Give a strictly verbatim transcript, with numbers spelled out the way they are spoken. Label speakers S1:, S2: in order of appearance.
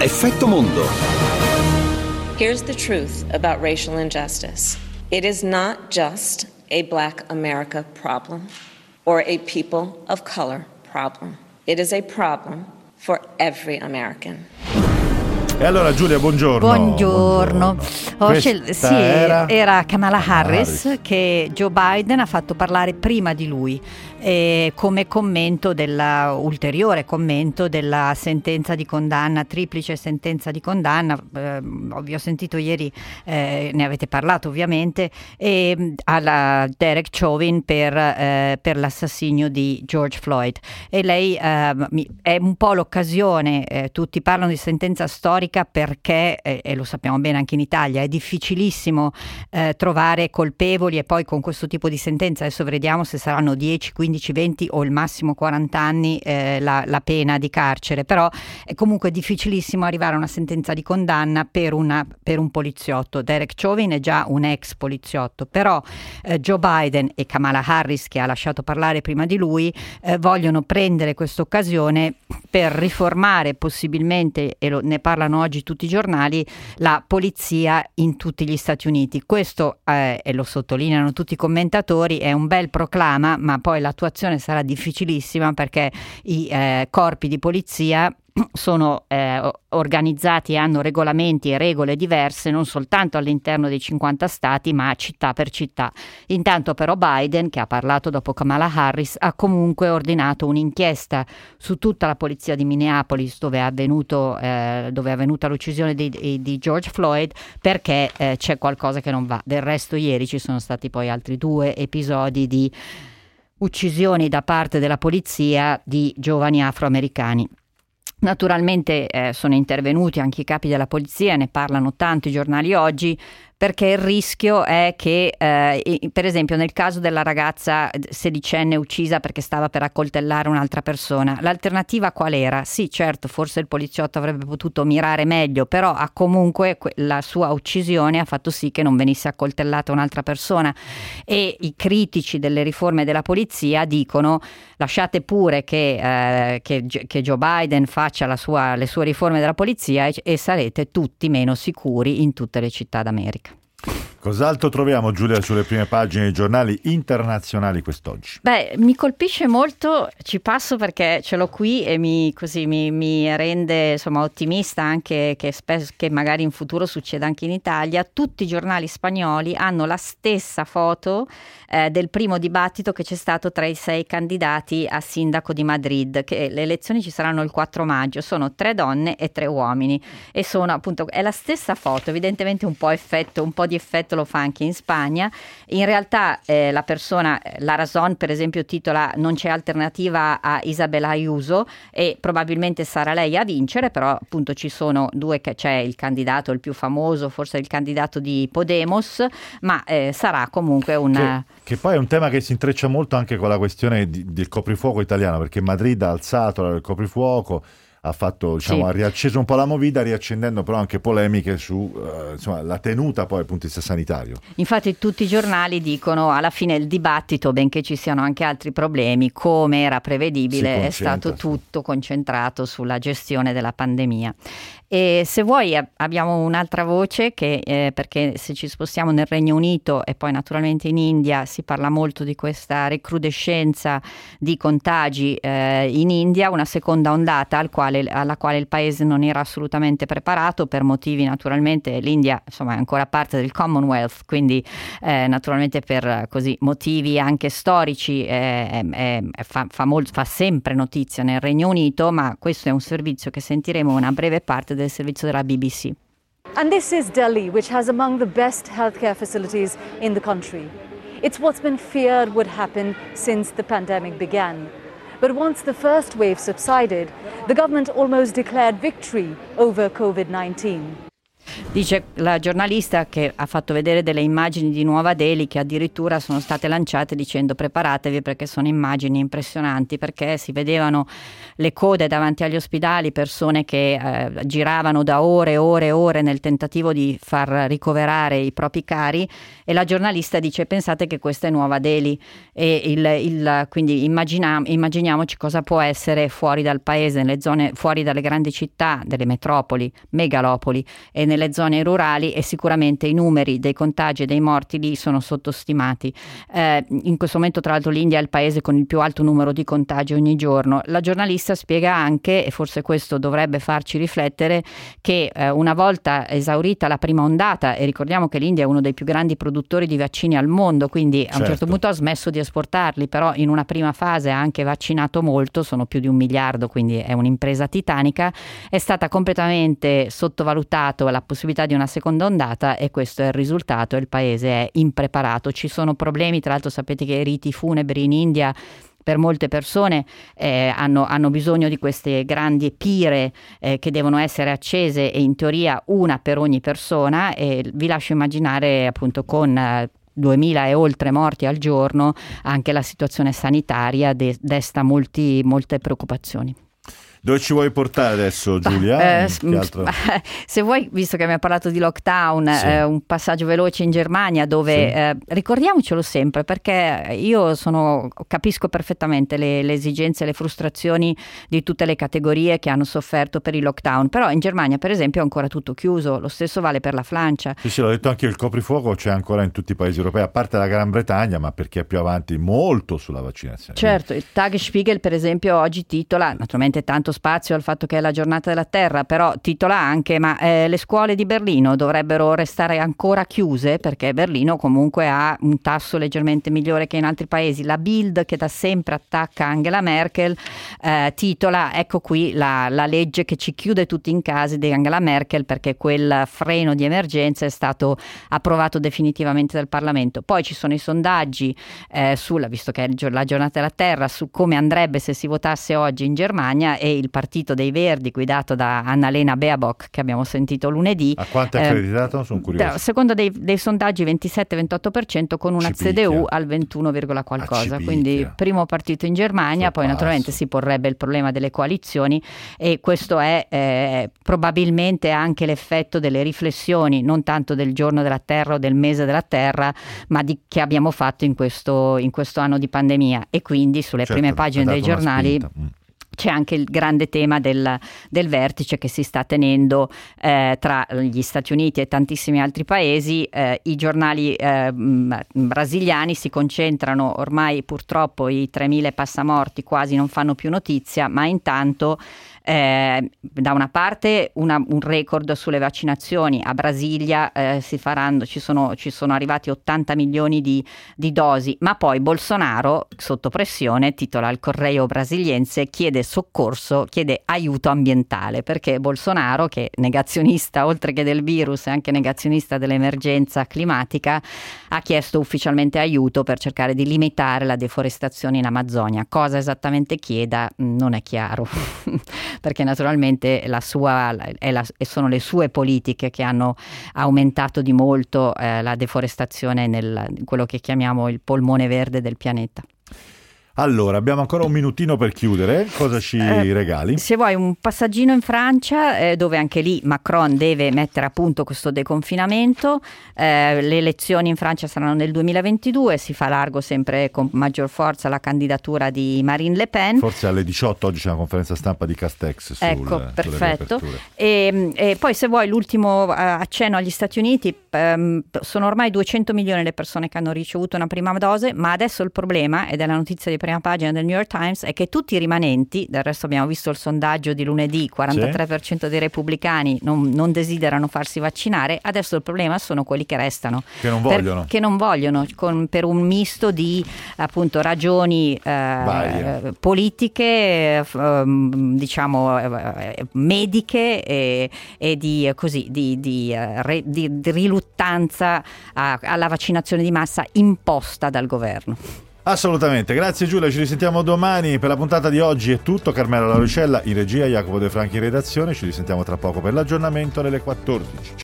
S1: Effetto Mondo.
S2: Here's the truth about racial injustice. It is not just a Black America problem or a people of color problem. It is a problem for every American.
S3: E allora Giulia, buongiorno.
S4: Buongiorno. Ho scel- sì,
S3: era...
S4: era Kamala Harris,
S3: Harris
S4: che Joe Biden ha fatto parlare prima di lui, eh, come commento della ulteriore commento della sentenza di condanna, triplice sentenza di condanna. Eh, vi ho sentito ieri, eh, ne avete parlato ovviamente, e alla Derek Chauvin per, eh, per l'assassinio di George Floyd. E lei eh, è un po' l'occasione, eh, tutti parlano di sentenza storica perché, eh, e lo sappiamo bene anche in Italia, è difficilissimo eh, trovare colpevoli, e poi con questo tipo di sentenza adesso vediamo se saranno dieci, quindici, venti o il massimo quaranta anni eh, la, la pena di carcere, però è comunque difficilissimo arrivare a una sentenza di condanna per, una, per un poliziotto. Derek Chauvin è già un ex poliziotto, però eh, Joe Biden e Kamala Harris, che ha lasciato parlare prima di lui, eh, vogliono prendere questa occasione per riformare possibilmente, e lo, ne parlano oggi tutti i giornali, la polizia in tutti gli Stati Uniti. Questo, eh, e lo sottolineano tutti i commentatori, è un bel proclama, ma poi l'attuazione sarà difficilissima perché i eh, corpi di polizia sono eh, organizzati e hanno regolamenti e regole diverse non soltanto all'interno dei cinquanta stati, ma città per città. Intanto però Biden, che ha parlato dopo Kamala Harris, ha comunque ordinato un'inchiesta su tutta la polizia di Minneapolis, dove è avvenuto eh, dove è avvenuta l'uccisione di, di George Floyd, perché eh, c'è qualcosa che non va. Del resto ieri ci sono stati poi altri due episodi di uccisioni da parte della polizia di giovani afroamericani. Naturalmente eh, sono intervenuti anche i capi della polizia, ne parlano tanto i giornali oggi, perché il rischio è che, eh, per esempio nel caso della ragazza sedicenne uccisa perché stava per accoltellare un'altra persona, l'alternativa qual era? Sì, certo, forse il poliziotto avrebbe potuto mirare meglio, però ha comunque la sua uccisione ha fatto sì che non venisse accoltellata un'altra persona, e i critici delle riforme della polizia dicono: lasciate pure che, eh, che, che Joe Biden faccia la sua, le sue riforme della polizia, e, e sarete tutti meno sicuri in tutte le città d'America.
S3: Cos'altro troviamo, Giulia, sulle prime pagine dei giornali internazionali quest'oggi?
S4: Beh, mi colpisce molto, ci passo perché ce l'ho qui e mi, così, mi, mi rende insomma ottimista anche che, spesso, che magari in futuro succeda anche in Italia. Tutti i giornali spagnoli hanno la stessa foto eh, del primo dibattito che c'è stato tra i sei candidati a sindaco di Madrid, che le elezioni ci saranno il quattro maggio, sono tre donne e tre uomini, e sono appunto, è la stessa foto, evidentemente un po' effetto, un po' di effetto lo fa anche in Spagna. In realtà eh, la persona, la Razón per esempio titola "Non c'è alternativa a Isabel Ayuso", e probabilmente sarà lei a vincere, però appunto ci sono due, che c'è il candidato, il più famoso, forse il candidato di Podemos, ma eh, sarà comunque una...
S3: Che, che poi è un tema che si intreccia molto anche con la questione di, del coprifuoco italiano, perché Madrid ha alzato il coprifuoco, ha fatto, diciamo,
S4: sì.
S3: ha riacceso un po' la movida, riaccendendo però anche polemiche su uh, insomma, la tenuta poi dal punto di vista sanitario.
S4: Infatti tutti i giornali dicono alla fine il dibattito, benché ci siano anche altri problemi, come era prevedibile, è stato tutto concentrato sulla gestione della pandemia. E se vuoi abbiamo un'altra voce che eh, perché se ci spostiamo nel Regno Unito e poi naturalmente in India si parla molto di questa recrudescenza di contagi eh, in India, una seconda ondata al quale, alla quale il paese non era assolutamente preparato per motivi, naturalmente l'India insomma è ancora parte del Commonwealth, quindi eh, naturalmente per così motivi anche storici eh, eh, fa, fa, molt, fa sempre notizia nel Regno Unito, ma questo è un servizio che sentiremo una breve parte del servizio della B B C.
S5: And this is Delhi, which has among the best healthcare facilities in the country. It's what's been feared would happen since the pandemic began. But once the first wave subsided, the government almost declared victory over COVID nineteen.
S4: Dice la giornalista che ha fatto vedere delle immagini di Nuova Delhi che addirittura sono state lanciate dicendo preparatevi perché sono immagini impressionanti, perché si vedevano le code davanti agli ospedali, persone che eh, giravano da ore e ore e ore nel tentativo di far ricoverare i propri cari, e la giornalista dice pensate che questa è Nuova Delhi, e il, il, quindi immagina, immaginiamoci cosa può essere fuori dal paese, nelle zone fuori dalle grandi città, delle metropoli, megalopoli e nelle zone rurali, e sicuramente i numeri dei contagi e dei morti lì sono sottostimati. Eh, in questo momento tra l'altro l'India è il paese con il più alto numero di contagi ogni giorno. La giornalista spiega anche, e forse questo dovrebbe farci riflettere, che eh, una volta esaurita la prima ondata, e ricordiamo che l'India è uno dei più grandi produttori di vaccini al mondo, quindi certo. a un certo punto ha smesso di esportarli, però in una prima fase ha anche vaccinato molto, sono più di un miliardo, quindi è un'impresa titanica. È stata completamente sottovalutato la possibilità di una seconda ondata, e questo è il risultato. Il paese è impreparato, ci sono problemi, tra l'altro sapete che i riti funebri in India per molte persone eh, hanno, hanno bisogno di queste grandi pire eh, che devono essere accese, e in teoria una per ogni persona, e vi lascio immaginare appunto con eh, duemila e oltre morti al giorno anche la situazione sanitaria de- desta molti, molte preoccupazioni.
S3: Dove ci vuoi portare adesso, Giulia?
S4: Eh, se vuoi, visto che abbiamo parlato di lockdown, sì. eh, un passaggio veloce in Germania, dove sì. eh, ricordiamocelo sempre, perché io sono, capisco perfettamente le, le esigenze e le frustrazioni di tutte le categorie che hanno sofferto per il lockdown, però in Germania per esempio è ancora tutto chiuso, lo stesso vale per la Francia.
S3: Sì, sì, l'ho detto anche io, il coprifuoco c'è ancora in tutti i paesi europei, a parte la Gran Bretagna, ma perché è più avanti molto sulla vaccinazione.
S4: Certo, il Tagesspiegel per esempio oggi titola, naturalmente tanto spazio al fatto che è la giornata della terra, però titola anche ma eh, le scuole di Berlino dovrebbero restare ancora chiuse, perché Berlino comunque ha un tasso leggermente migliore che in altri paesi. La Bild, che da sempre attacca Angela Merkel, eh, titola ecco qui la, la legge che ci chiude tutti in casa di Angela Merkel, perché quel freno di emergenza è stato approvato definitivamente dal Parlamento. Poi ci sono i sondaggi eh, sulla, visto che è la giornata della terra, su come andrebbe se si votasse oggi in Germania, e il partito dei Verdi guidato da Annalena Baerbock, che abbiamo sentito lunedì,
S3: a quanto è accreditato? Eh, Sono curioso.
S4: Secondo dei, dei sondaggi ventisette ventotto per cento, con una
S3: Ci
S4: C D U
S3: picchia.
S4: al ventuno, qualcosa,
S3: Ah,
S4: quindi primo partito in Germania. Poi naturalmente si porrebbe il problema delle coalizioni, e questo è eh, probabilmente anche l'effetto delle riflessioni, non tanto del giorno della terra o del mese della terra, ma di, che abbiamo fatto in questo, in questo anno di pandemia, e quindi sulle
S3: certo,
S4: prime pagine dei giornali c'è anche il grande tema del, del vertice che si sta tenendo eh, tra gli Stati Uniti e tantissimi altri paesi. Eh, I giornali eh, brasiliani si concentrano, ormai purtroppo i tremila passamorti quasi non fanno più notizia, ma intanto Eh, da una parte una, un record sulle vaccinazioni. A Brasilia eh, si faranno, ci sono, ci sono arrivati ottanta milioni di, di dosi, ma poi Bolsonaro, sotto pressione, titola il Correio Brasiliense, chiede soccorso, chiede aiuto ambientale, perché Bolsonaro, che è negazionista oltre che del virus, è anche negazionista dell'emergenza climatica, ha chiesto ufficialmente aiuto per cercare di limitare la deforestazione in Amazzonia. Cosa esattamente chieda non è chiaro. Perché naturalmente la sua, è la, sono le sue politiche che hanno aumentato di molto eh, la deforestazione nel quello che chiamiamo il polmone verde del pianeta.
S3: Allora, abbiamo ancora un minutino per chiudere, cosa ci
S4: eh,
S3: regali?
S4: Se vuoi un passaggino in Francia, eh, dove anche lì Macron deve mettere a punto questo deconfinamento. Eh, le elezioni in Francia saranno nel duemilaventidue, si fa largo sempre con maggior forza la candidatura di Marine Le Pen.
S3: Forse alle diciotto oggi c'è una conferenza stampa di Castex sul,
S4: ecco, perfetto.
S3: Sulle
S4: e, e poi se vuoi l'ultimo accenno agli Stati Uniti, ehm, sono ormai duecento milioni le persone che hanno ricevuto una prima dose, ma adesso il problema, ed è la notizia di prima pagina del New York Times, è che tutti i rimanenti, del resto abbiamo visto il sondaggio di lunedì, quarantatré per cento sì. dei repubblicani non, non desiderano farsi vaccinare, adesso il problema sono quelli che restano,
S3: che non
S4: per,
S3: vogliono,
S4: che non vogliono con, per un misto di appunto ragioni eh, politiche, eh, diciamo eh, mediche e, e di così di, di, re, di, di riluttanza a, alla vaccinazione di massa imposta dal governo.
S3: Assolutamente, grazie Giulia, ci risentiamo domani. Per la puntata di oggi è tutto. Carmela Larocella in regia, Jacopo De Franchi in redazione. Ci risentiamo tra poco per l'aggiornamento alle quattordici.